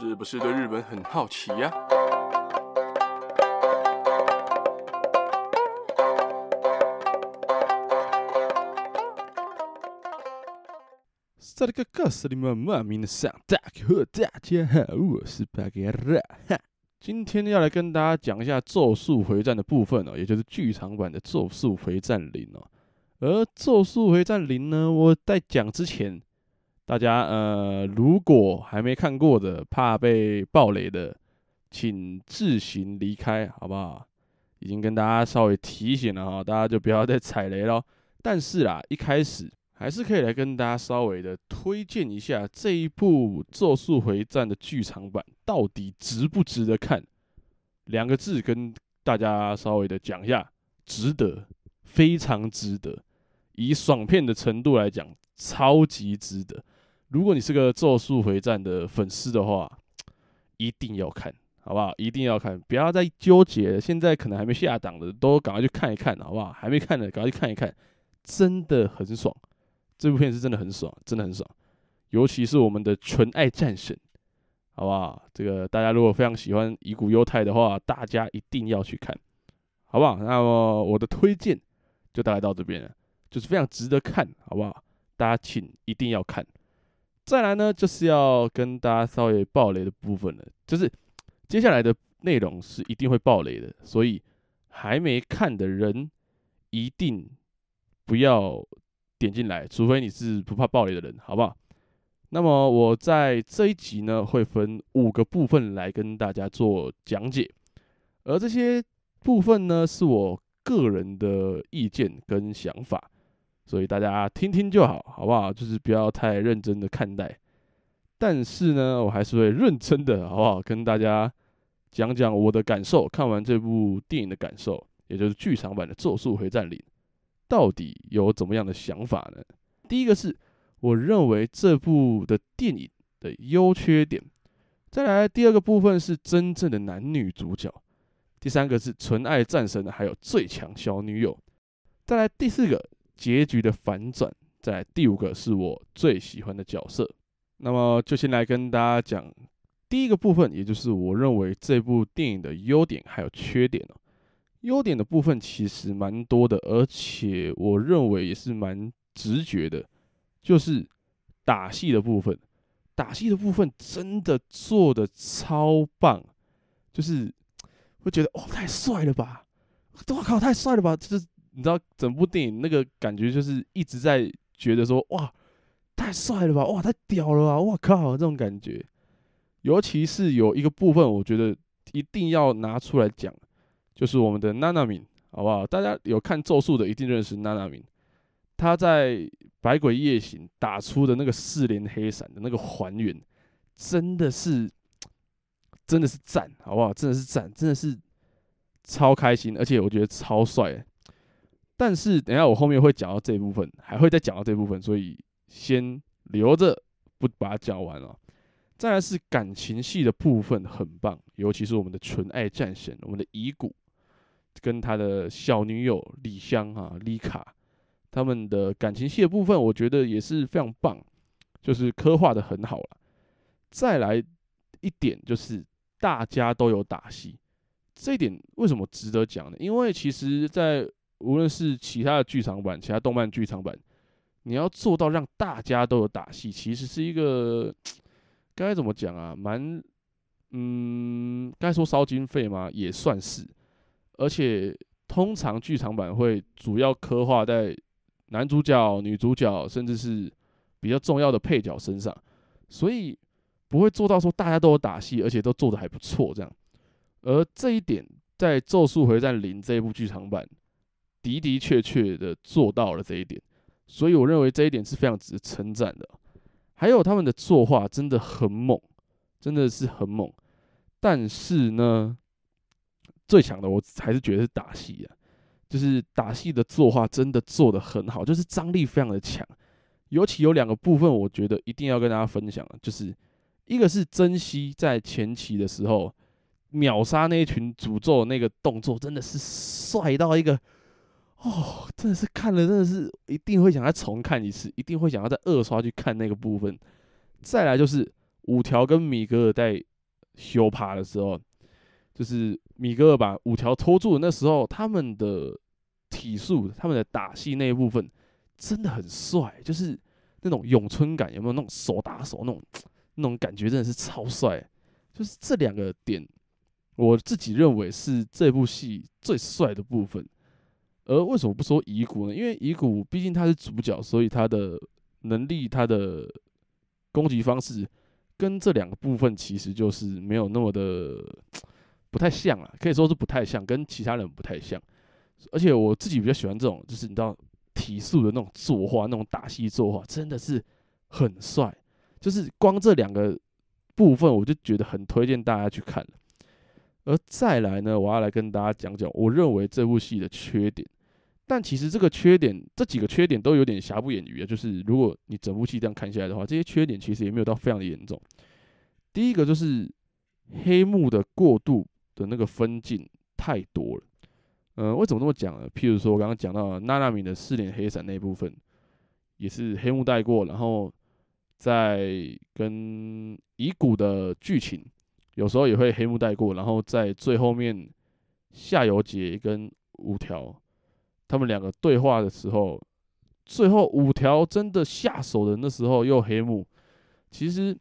是不是对日本很好奇呀？萨利克斯里曼曼明的上大家好，我是巴格拉。今天要来跟大家讲一下《咒术回战》的部分哦，也就是剧场版的《咒术回战0》哦。而《咒术回战0》呢，我在讲之前，大家如果还没看过的，怕被爆雷的，请自行离开，好不好？已经跟大家稍微提醒了哈，大家就不要再踩雷咯。但是啦，一开始还是可以来跟大家稍微的推荐一下这一部《咒术回战》的剧场版到底值不值得看。2个字跟大家稍微的讲一下，值得，非常值得。以爽片的程度来讲，超级值得。如果你是个《咒术回战》的粉丝的话，一定要看，好不好？一定要看，不要再纠结了。现在可能还没下档的，都赶快去看一看，好不好？还没看的，赶快去看一看，真的很爽。这部片是真的很爽，真的很爽。尤其是我们的纯爱战神，好不好？这个大家如果非常喜欢乙骨忧太的话，大家一定要去看，好不好？那么我的推荐就大概到这边了，就是非常值得看，好不好？大家请一定要看。再来呢，就是要跟大家稍微爆雷的部分了，就是接下来的内容是一定会爆雷的，所以还没看的人一定不要点进来，除非你是不怕爆雷的人，好不好？那么我在这一集呢，会分5个部分来跟大家做讲解，而这些部分呢，是我个人的意见跟想法。所以大家听听就好，好不好？就是不要太认真的看待。但是呢，我还是会认真的，好不好？跟大家讲讲我的感受，看完这部电影的感受，也就是剧场版的《咒术回战0》，到底有怎么样的想法呢？第一个是我认为这部的电影的优缺点，再来第2个部分是真正的男女主角，第3个是纯爱战神还有最强小女友，再来第4个结局的反转，再来第5个是我最喜欢的角色。那么就先来跟大家讲第1个部分，也就是我认为这部电影的优点还有缺点哦。优点的部分其实蛮多的，而且我认为也是蛮直觉的，就是打戏的部分。打戏的部分真的做的超棒，就是会觉得太帅了吧！我靠，太帅了吧！就是你知道整部电影那个感觉，就是一直在觉得说哇，太帅了吧，哇，太屌了吧，哇靠，这种感觉。尤其是有一个部分，我觉得一定要拿出来讲，就是我们的娜娜敏，好不好？大家有看咒术的一定认识娜娜敏，她在百鬼夜行打出的那个4连黑闪的那个还原，真的是赞，好不好？真的是赞，真的是超开心，而且我觉得超帅。但是等一下我后面会讲到这一部分，还会再讲到这部分，所以先留着不把它讲完了。再来是感情戏的部分很棒，尤其是我们的纯爱战神，我们的乙骨跟他的小女友李香丽卡，他们的感情戏的部分，我觉得也是非常棒，就是刻画的很好了。再来一点就是大家都有打戏，这一点为什么值得讲呢？因为其实在无论是其他的剧场版、其他动漫剧场版，你要做到让大家都有打戏，其实是一个该怎么讲啊？该说烧经费吗？也算是。而且通常剧场版会主要刻画在男主角、女主角，甚至是比较重要的配角身上，所以不会做到说大家都有打戏，而且都做得还不错这样。而这一点在《咒术回战0》这一部剧场版的确的做到了这一点，所以我认为这一点是非常值得称赞的。还有他们的作画真的很猛，真的是很猛。但是呢，最强的我还是觉得是打戏啊，就是打戏的作画真的做得很好，就是张力非常的强。尤其有2个部分，我觉得一定要跟大家分享，就是一个是珍惜在前期的时候秒杀那一群诅咒那个动作，真的是帅到一个真的是看了真的是一定会想再重看一次，一定会想要再2刷去看那个部分。再来就是5条跟米格尔在修爬的时候，就是米格尔把五条拖住的那时候，他们的体术、他们的打戏那一部分真的很帅，就是那种咏春感，有没有那种手打手那种感觉，真的是超帅。就是这两个点，我自己认为是这部戏最帅的部分。而为什么不说乙骨呢？因为乙骨毕竟他是主角，所以他的能力、他的攻击方式跟这两个部分其实就是没有那么的不太像啊，可以说是不太像，跟其他人不太像。而且我自己比较喜欢这种，就是你知道体术的那种作画，那种打戏作画，真的是很帅。就是光这两个部分，我就觉得很推荐大家去看了。而再来呢，我要来跟大家讲讲我认为这部戏的缺点。但其实这几个缺点都有点瑕不掩瑜啊。就是如果你整部戏这样看下来的话，这些缺点其实也没有到非常的严重。第一个就是黑幕的过度的那个分镜太多了。为什么这么讲呢？譬如说我刚刚讲到娜娜米的四连黑闪那一部分，也是黑幕带过，然后在跟乙骨的剧情，有时候也会黑幕带过，然后在最后面夏油杰跟五条他们两个对话的时候，最后五条真的下手的那时候又黑幕。其实，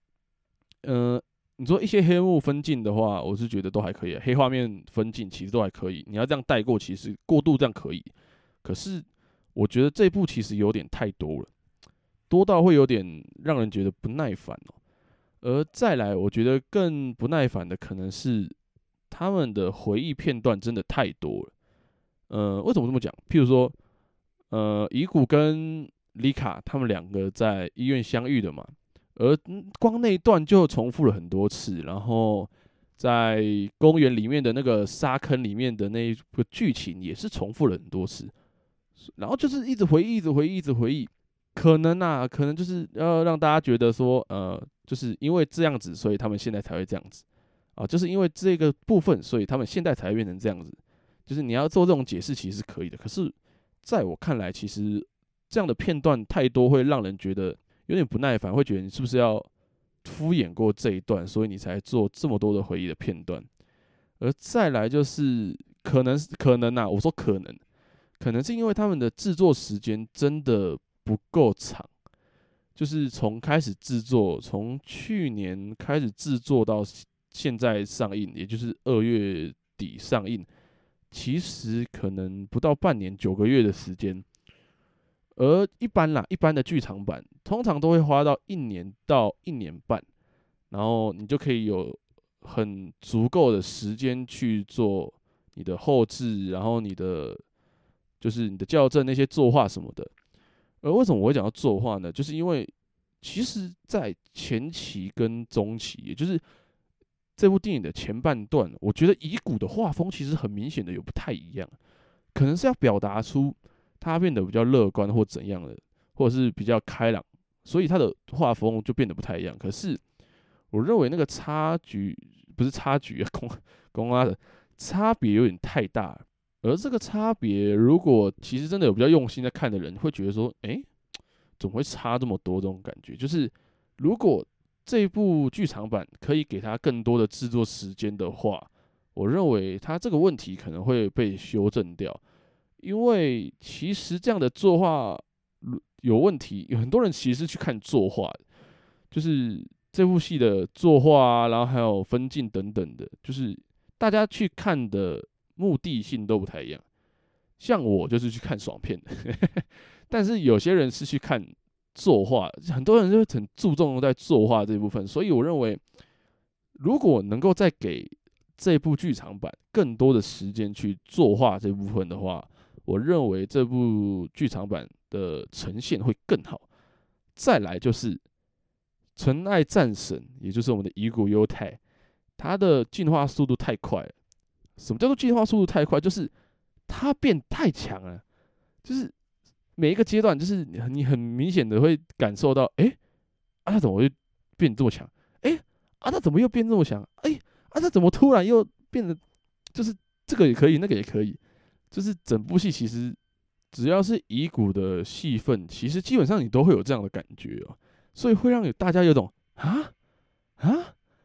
你说一些黑幕分镜的话，我是觉得都还可以，黑画面分镜其实都还可以。你要这样带过，其实过度这样可以。可是我觉得这部其实有点太多了，多到会有点让人觉得不耐烦哦。而再来，我觉得更不耐烦的可能是他们的回忆片段真的太多了。为什么这么讲？譬如说，乙骨跟里卡他们两个在医院相遇的嘛，而光那一段就重复了很多次，然后在公园里面的那个沙坑里面的那一个剧情也是重复了很多次，然后就是一直回忆，一直回忆，一直回忆。可能就是要让大家觉得说，就是因为这样子，所以他们现在才会这样子啊，就是因为这个部分，所以他们现在才会变成这样子。就是你要做这种解释，其实是可以的。可是，在我看来，其实这样的片段太多，会让人觉得有点不耐烦，会觉得你是不是要敷衍过这一段，所以你才做这么多的回忆的片段。而再来就是可能啊，我说可能是因为他们的制作时间真的不够长，就是从开始制作，从去年开始制作到现在上映，也就是2月底上映。其实可能不到半年9个月的时间，而一般的剧场版通常都会花到1年到1年半，然后你就可以有很足够的时间去做你的后置，然后就是你的校正那些作画什么的。而为什么我会讲到作画呢？就是因为其实，在前期跟中期，也就是这部电影的前半段，我觉得乙骨的画风其实很明显的有不太一样，可能是要表达出他变得比较乐观或怎样的，或者是比较开朗，所以他的画风就变得不太一样。可是我认为那个不是差距啊，公阿的差别有点太大了。而这个差别，如果其实真的有比较用心在看的人，会觉得说，怎么会差这么多？这种感觉就是，如果这一部剧场版可以给他更多的制作时间的话，我认为他这个问题可能会被修正掉。因为其实这样的作画有问题，有很多人其实是去看作画的，就是这部戏的作画啊，然后还有分镜等等的，就是大家去看的目的性都不太一样。像我就是去看爽片的，但是有些人是去看作画，很多人就很注重在作画这一部分。所以我认为，如果能够再给这部剧场版更多的时间去作画这部分的话，我认为这部剧场版的呈现会更好。再来就是纯爱战神，也就是我们的乙骨忧太，他的进化速度太快了。什么叫做进化速度太快？就是他变太强了，就是每一个阶段，就是你很明显的会感受到，他怎么会变这么强？他怎么又变这么强？他怎么突然又变得，就是这个也可以，那个也可以，就是整部戏其实只要是乙骨的戏份，其实基本上你都会有这样的感觉哦，所以会让大家有种啊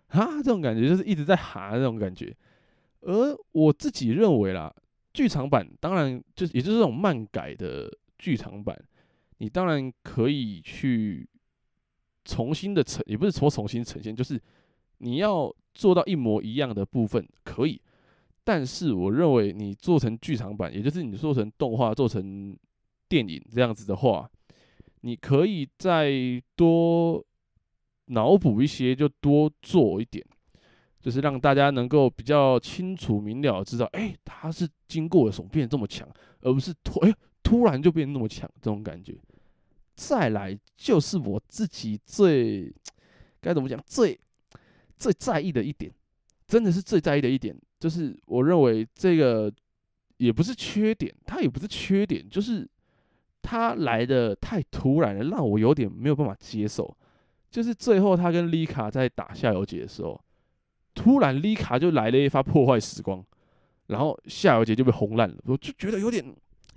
这种感觉就是一直在哈那种感觉。而我自己认为啦，剧场版当然也就是这种漫改的剧场版，你当然可以去重新的也不是说重新呈现，就是你要做到一模一样的部分可以，但是我认为你做成剧场版，也就是你做成动画、做成电影这样子的话，你可以再多脑补一些，就多做一点，就是让大家能够比较清楚明了知道，他是经过了什么变得这么强，而不是突然就变得那么强这种感觉。再来就是我自己该怎么讲最在意的一点，真的是最在意的一点，就是我认为这个也不是缺点，它也不是缺点，就是它来的太突然了，让我有点没有办法接受。就是最后他跟丽卡在打夏油杰的时候，突然丽卡就来了一发破坏时光，然后夏油杰就被轰烂了，我就觉得有点，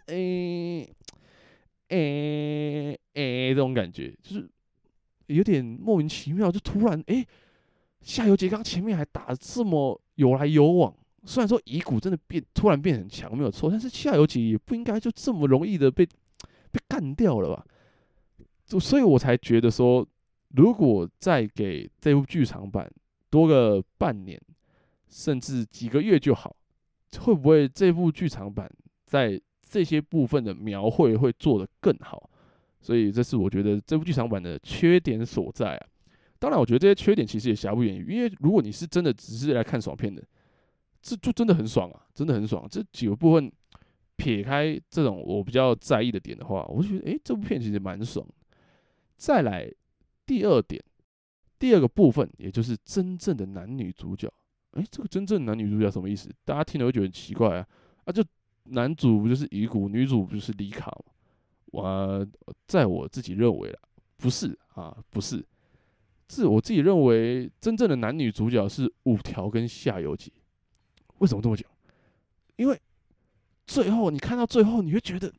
这种感觉，就是有点莫名其妙，就突然夏油杰刚前面还打得这么有来有往，虽然说乙骨真的突然变很强没有错，但是夏油杰也不应该就这么容易的被干掉了吧？所以我才觉得说，如果再给这部剧场版多个半年，甚至几个月就好，会不会这部剧场版在这些部分的描绘会做得更好？所以这是我觉得这部剧场版的缺点所在啊。当然，我觉得这些缺点其实也瑕不掩瑜，因为如果你是真的只是来看爽片的，这就真的很爽啊，真的很爽。这几个部分撇开这种我比较在意的点的话，我就觉得这部片其实蛮爽的。再来第二点，第二个部分，也就是真正的男女主角。这个真正的男女主角什么意思？大家听了会觉得很奇怪啊，就男主不就是乙骨，女主不就是李卡吗？在我自己认为啦，不是啊，不是，我自己认为真正的男女主角是五条跟夏油杰。为什么这么讲？因为最后你看到最后，你会觉得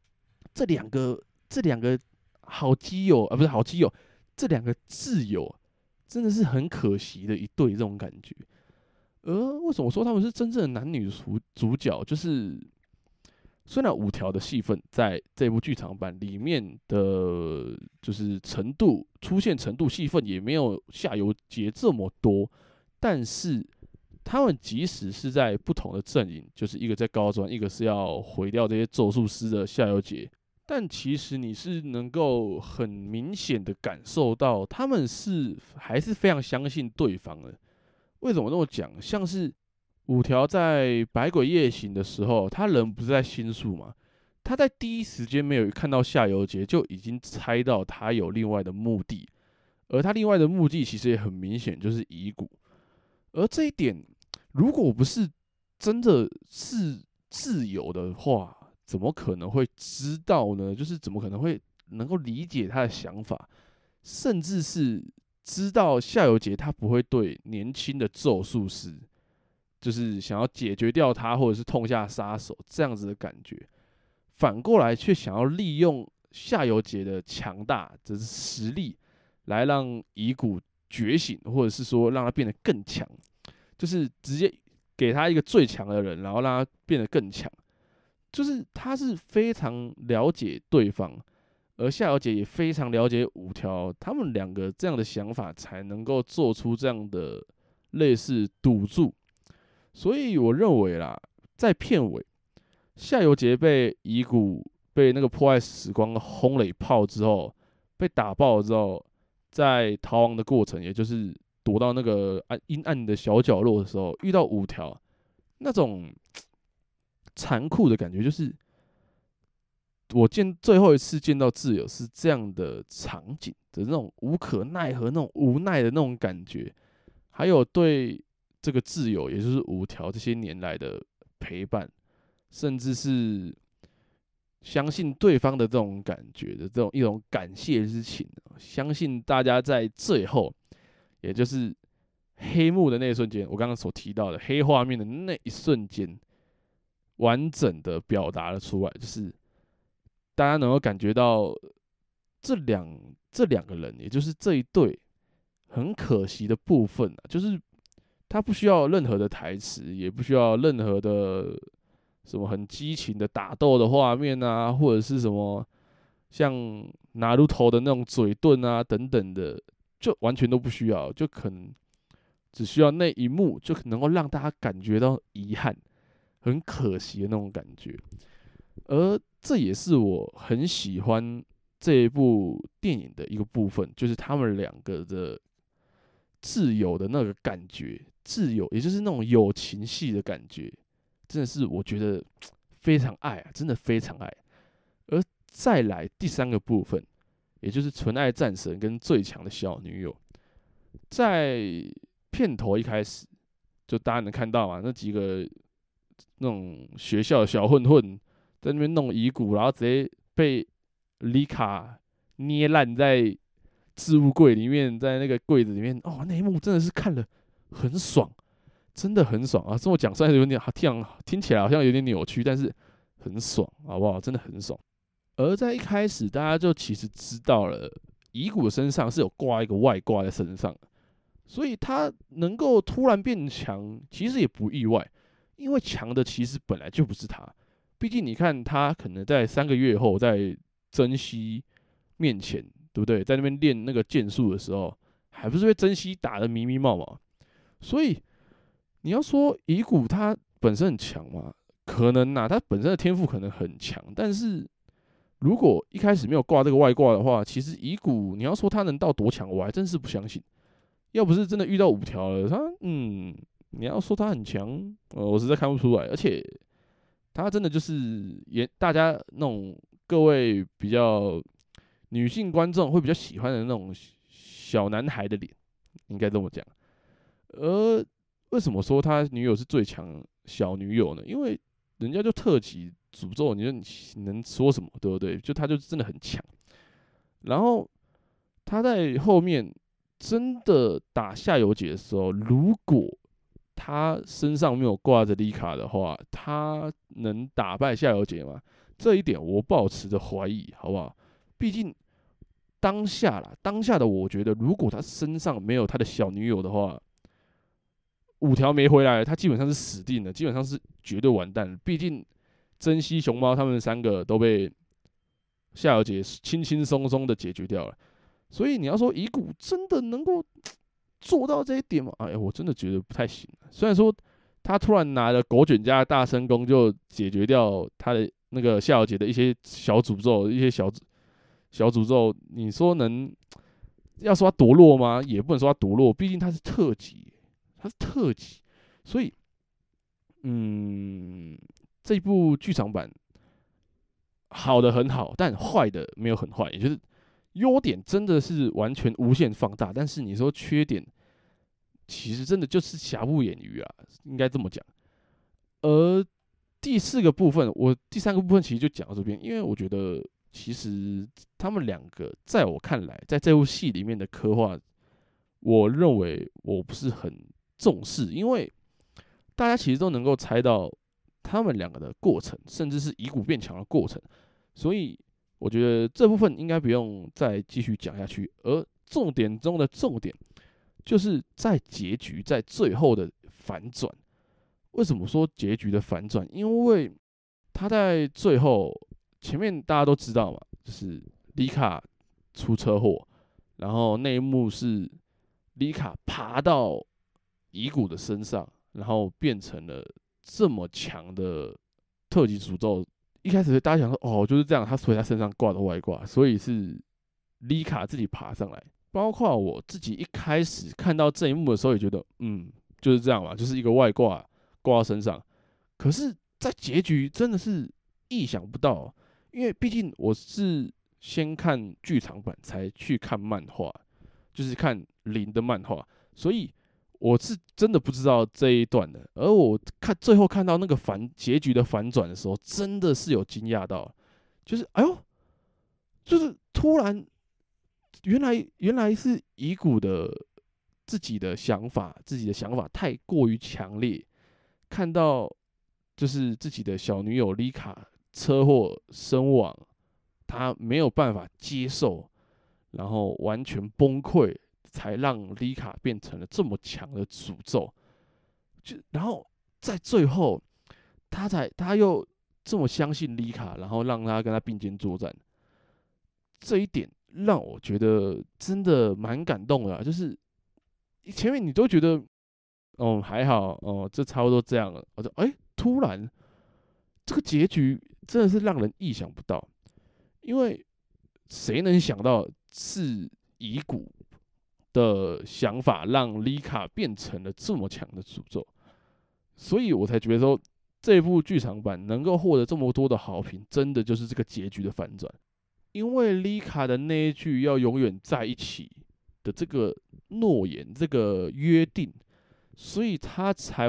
这两个好基友不是好基友，这两个挚友真的是很可惜的一对这种感觉。而为什么说他们是真正的男女主角？就是虽然五条的戏份在这部剧场版里面的，就是出现程度戏份也没有夏油杰这么多，但是他们即使是在不同的阵营，就是一个在高专，一个是要毁掉这些咒术师的夏油杰，但其实你是能够很明显的感受到，他们还是非常相信对方的。为什么那么讲？像是五条在百鬼夜行的时候，他人不是在新宿嘛？他在第一时间没有看到夏油杰，就已经猜到他有另外的目的，而他另外的目的其实也很明显，就是乙骨。而这一点，如果不是真的是自由的话，怎么可能会知道呢？就是怎么可能会能够理解他的想法，甚至是知道夏油杰他不会对年轻的咒术师，就是想要解决掉他，或者是痛下杀手这样子的感觉，反过来却想要利用夏油杰的强大的实力，来让乙骨觉醒，或者是说让他变得更强，就是直接给他一个最强的人，然后让他变得更强。就是他是非常了解对方，而夏油杰也非常了解五条，他们两个这样的想法才能够做出这样的类似赌注。所以我认为啦，在片尾，夏油杰被乙骨被那个破坏时光轰了一炮之后，被打爆之后，在逃亡的过程，也就是躲到那个阴暗的小角落的时候，遇到五条，那种残酷的感觉，就是我最后一次见到挚友是这样的场景的那种无可奈何、那种无奈的那种感觉，还有对这个挚友，也就是五条这些年来的陪伴，甚至是相信对方的这种感觉的一种感谢之情，相信大家在最后，也就是黑幕的那一瞬间，我刚刚所提到的黑画面的那一瞬间，完整的表达了出来，就是大家能够感觉到这两个人，也就是这一对很可惜的部分啊，就是他不需要任何的台词，也不需要任何的什么很激情的打斗的画面啊，或者是什么像拿路头的那种嘴遁啊等等的，就完全都不需要，就可能只需要那一幕就能够让大家感觉到遗憾，很可惜的那种感觉。而这也是我很喜欢这一部电影的一个部分，就是他们两个的挚友的那个感觉，挚友也就是那种友情戏的感觉，真的是我觉得非常爱啊，真的非常爱。而再来第三个部分，也就是纯爱战神跟最强的小女友，在片头一开始就大家能看到嘛，那几个那种学校的小混混在那边弄遗骨，然后直接被丽卡捏烂在置物柜里面，在那个柜子里面，哦，那一幕真的是看了很爽，真的很爽啊！这么讲虽然有点听起来好像有点扭曲，但是很爽，好不好？真的很爽。而在一开始，大家就其实知道了，乙骨身上是有挂一个外挂在身上，所以他能够突然变强，其实也不意外，因为强的其实本来就不是他。毕竟你看，他可能在3个月后，在珍惜面前，对不对？在那边练那个剑术的时候，还不是被珍惜打得迷迷冒冒。所以你要说乙骨他本身很强吗？可能他本身的天赋可能很强，但是如果一开始没有挂这个外挂的话，其实乙骨你要说他能到多强，我还真是不相信。要不是真的遇到5条了，你要说他很强，我实在看不出来。而且他真的就是大家那种各位比较女性观众会比较喜欢的那种小男孩的脸，应该这么讲。而为什么说他女友是最强小女友呢？因为人家就特级诅咒，你能说什么，对不对？就他就真的很强。然后他在后面真的打夏油杰的时候，如果他身上没有挂着丽卡的话，他能打败夏油杰吗？这一点我抱持着怀疑，好不好？毕竟当下的我觉得，如果他身上没有他的小女友的话，5条没回来，他基本上是死定了，基本上是绝对完蛋了。毕竟珍惜熊猫他们3个都被夏油杰轻轻松松的解决掉了，所以你要说乙骨真的能够做到这一点吗？哎，我真的觉得不太行。虽然说他突然拿了狗卷加大神功就解决掉他的那个夏油杰的一些小诅咒，一些小诅咒，你说要说他多弱吗？也不能说他多弱，毕竟他是特级，所以这一部剧场版好的很好，但坏的没有很坏，也就是优点真的是完全无限放大，但是你说缺点，其实真的就是瑕不掩瑜啊，应该这么讲。而第三个部分其实就讲到这边，因为我觉得其实他们两个在我看来，在这部戏里面的刻画，我认为我不是很重视，因为大家其实都能够猜到他们两个的过程，甚至是乙骨变强的过程。所以我觉得这部分应该不用再继续讲下去。而重点中的重点，就是在结局，在最后的反转。为什么说结局的反转？因为他在最后前面大家都知道嘛，就是丽卡出车祸，然后那一幕是丽卡爬到乙骨的身上，然后变成了这么强的特级诅咒。一开始大家想说，哦，就是这样，所以他身上挂的外挂，所以是丽卡自己爬上来。包括我自己一开始看到这一幕的时候，也觉得，就是这样嘛，就是一个外挂挂到身上。可是，在结局真的是意想不到，因为毕竟我是先看剧场版才去看漫画，就是看零的漫画，所以我是真的不知道这一段的。而我最后看到那个结局的反转的时候，真的是有惊讶到，就是哎呦，就是突然原来是乙骨的自己的想法太过于强烈，看到就是自己的小女友丽卡车祸身亡，他没有办法接受，然后完全崩溃， 才让丽卡变成了这么强的诅咒。然后在最后，他又这么相信丽卡，然后让他跟他并肩作战，这一点让我觉得真的蛮感动的就是前面你都觉得还好这差不多这样了，我就突然这个结局真的是让人意想不到，因为谁能想到是乙骨的想法让丽卡变成了这么强的诅咒，所以我才觉得说这部剧场版能够获得这么多的好评，真的就是这个结局的反转。因为丽卡的那一句要永远在一起的这个诺言、这个约定，所以他才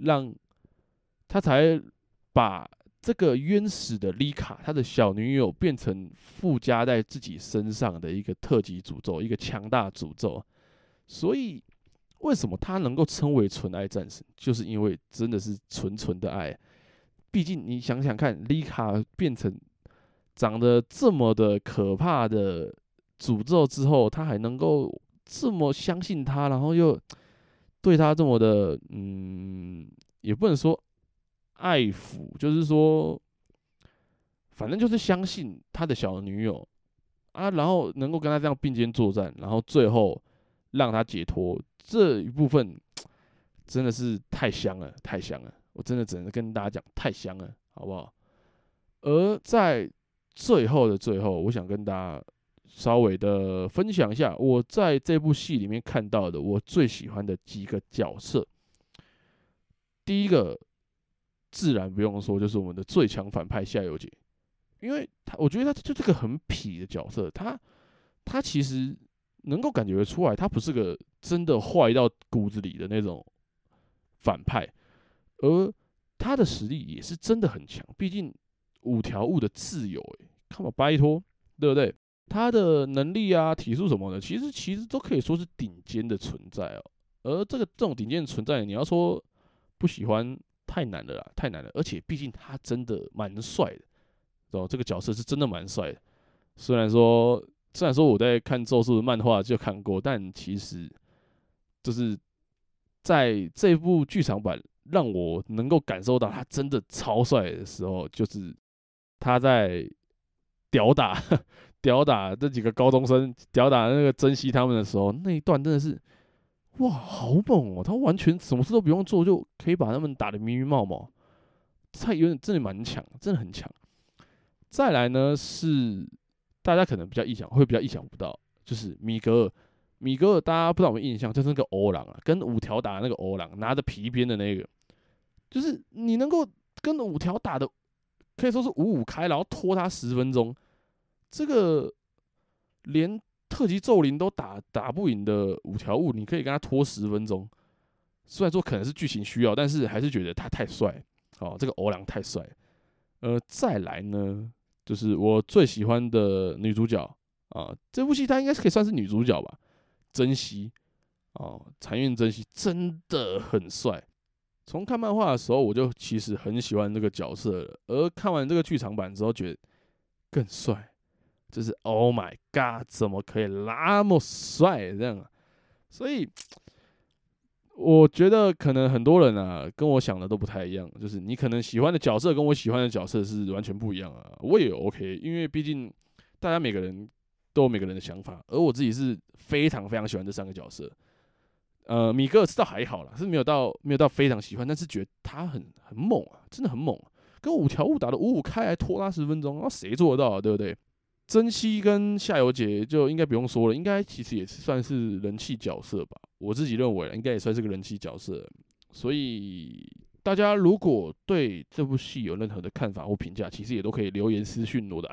把这个冤死的丽卡，他的小女友变成附加在自己身上的一个特级诅咒，一个强大诅咒。所以为什么他能够称为纯爱战神，就是因为真的是纯纯的爱。毕竟你想想看，丽卡变成长得这么的可怕的诅咒之后，他还能够这么相信他，然后又对他这么的，也不能说爱抚，就是说，反正就是相信他的小女友啊，然后能够跟他这样并肩作战，然后最后让他解脱，这一部分真的是太香了，太香了！我真的只能跟大家讲，太香了，好不好？而在最后的最后，我想跟大家稍微的分享一下我在这部戏里面看到的我最喜欢的几个角色。第一个自然不用说，就是我们的最强反派夏油杰，因为我觉得他就是个很痞的角色，他其实能够感觉出来，他不是个真的坏到骨子里的那种反派，而他的实力也是真的很强，毕竟五条悟的挚友，看嘛，拜托，对不对？他的能力啊、体术什么的，其实都可以说是顶尖的存在哦。而这种顶尖的存在，你要说不喜欢，太难了啦，太难了。而且毕竟他真的蛮帅的，这个角色是真的蛮帅的。虽然说我在看咒术的漫画就看过，但其实就是在这部剧场版让我能够感受到他真的超帅的时候，就是他在屌打屌打这几个高中生，屌打那个珍惜他们的时候，那一段真的是哇，好猛哦！他完全什么事都不用做，就可以把他们打得迷迷冒冒，他有点真的蛮强，真的很强。再来呢是大家可能会比较意想不到，就是米格尔。米格尔大家不知道有没有印象，就是那个欧郎啊，跟五条打的那个欧郎，拿着皮鞭的那个，就是你能够跟五条打的，可以说是五五开，然后拖他10分钟，这个连特级咒灵都打不赢的五条悟，你可以跟他拖10分钟。虽然说可能是剧情需要，但是还是觉得他太帅，这个欧郎太帅。再来呢，就是我最喜欢的女主角啊，这部戏她应该是可以算是女主角吧。珍惜残院珍惜真的很帅。从看漫画的时候，我就其实很喜欢这个角色了，而看完这个剧场版之后，觉得更帅，就是 Oh my God， 怎么可以那么帅这样啊？所以我觉得可能很多人啊，跟我想的都不太一样，就是你可能喜欢的角色跟我喜欢的角色是完全不一样啊。我也 OK， 因为毕竟大家每个人都有每个人的想法，而我自己是非常非常喜欢这3个角色。米格尔倒还好啦，是没有到非常喜欢，但是觉得他很猛啊，真的很猛啊，跟五条悟打的五五开，还拖他10分钟，那谁做得到啊？对不对？珍惜跟夏油杰就应该不用说了，应该其实也是算是人气角色吧，我自己认为应该也算是个人气角色。所以大家如果对这部戏有任何的看法或评价，其实也都可以留言私讯我的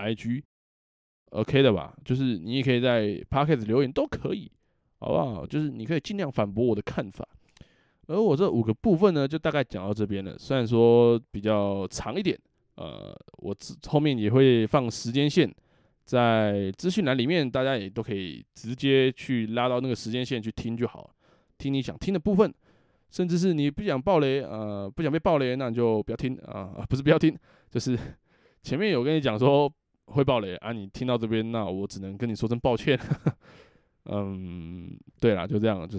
IG，OK 的吧？就是你也可以在 Podcast 留言都可以。好不好？就是你可以尽量反驳我的看法。而我这5个部分呢，就大概讲到这边了。虽然说比较长一点，我后面也会放时间线在资讯栏里面，大家也都可以直接去拉到那个时间线去听就好了，听你想听的部分。甚至是你不想爆雷，不想被爆雷，那你就不要听啊，不是不要听，就是前面有跟你讲说会爆雷啊，你听到这边，那我只能跟你说声抱歉。 对啦，就这样，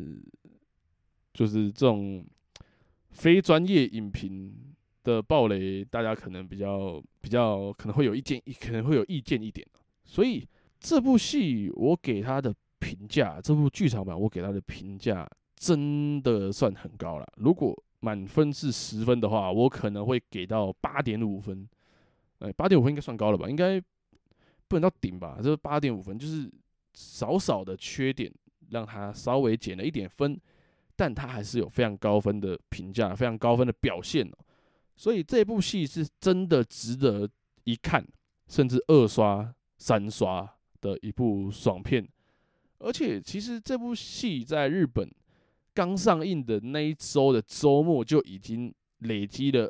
就是这种非专业影评的暴雷，大家可能比较可能会有意见一点。所以这部戏我给他的评价，这部剧场版我给他的评价真的算很高了。如果满分是10分的话，我可能会给到8.5分。8.5分应该算高了吧？应该不能到顶吧？这8.5分就是少少的缺点，让他稍微减了一点分，但他还是有非常高分的评价，非常高分的表现哦。所以这部戏是真的值得一看，甚至2刷、3刷的一部爽片。而且其实这部戏在日本刚上映的那一周的周末就已经累积了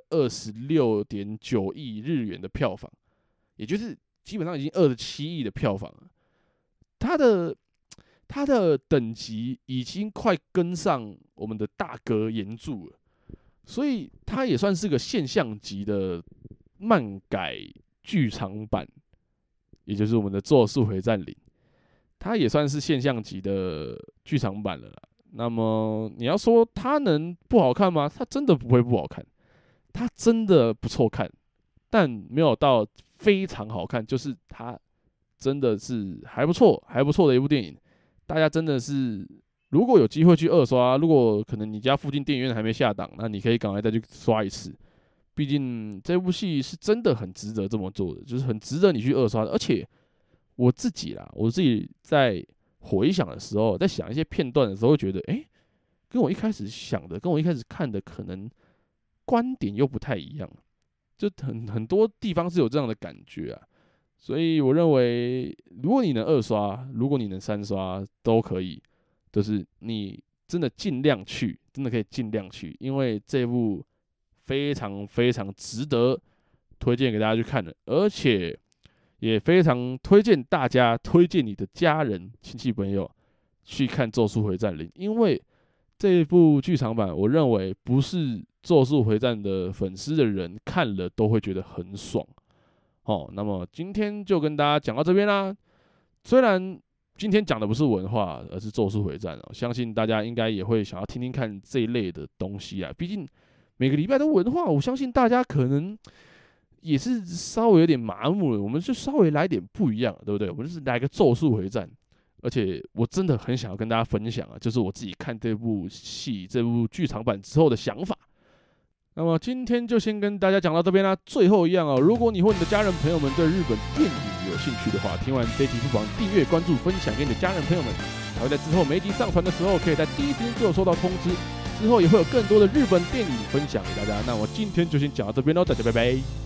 26.9亿日元的票房，也就是基本上已经27亿的票房了。它的等级已经快跟上我们的大哥原著了，所以它也算是个现象级的漫改剧场版，也就是我们的《咒术回战0》，它也算是现象级的剧场版了啦。那么你要说它能不好看吗？它真的不会不好看，它真的不错看，但没有到非常好看，就是它真的是还不错的一部电影。大家真的是如果有机会去2刷，如果可能你家附近电影院还没下档，那你可以赶快再去刷一次。毕竟这部戏是真的很值得这么做的，就是很值得你去2刷的。而且我自己在回想的时候，在想一些片段的时候，会觉得，跟我一开始想的，跟我一开始看的，可能观点又不太一样，就很多地方是有这样的感觉啊。所以我认为，如果你能2刷，如果你能3刷，都可以。就是你真的尽量去，真的可以尽量去，因为这部非常非常值得推荐给大家去看的，而且也非常推荐大家推荐你的家人、亲戚朋友去看《咒术回战0》，因为这一部剧场版，我认为不是《咒术回战》的粉丝的人看了都会觉得很爽。那么今天就跟大家讲到这边啦。虽然今天讲的不是文化，而是《咒术回战》相信大家应该也会想要听听看这一类的东西啊。毕竟每个礼拜的文化，我相信大家可能也是稍微有点麻木了。我们就稍微来点不一样，对不对？我们就是来个《咒术回战》，而且我真的很想要跟大家分享啊，就是我自己看这部戏、这部剧场版之后的想法。那么今天就先跟大家讲到这边啦。最后一样如果你或你的家人朋友们对日本电影有兴趣的话，听完这一集不妨订阅、关注、分享给你的家人朋友们，才会在之后每一集上传的时候，可以在第一时间就有收到通知。之后也会有更多的日本电影分享给大家。那我今天就先讲到这边喽，大家拜拜。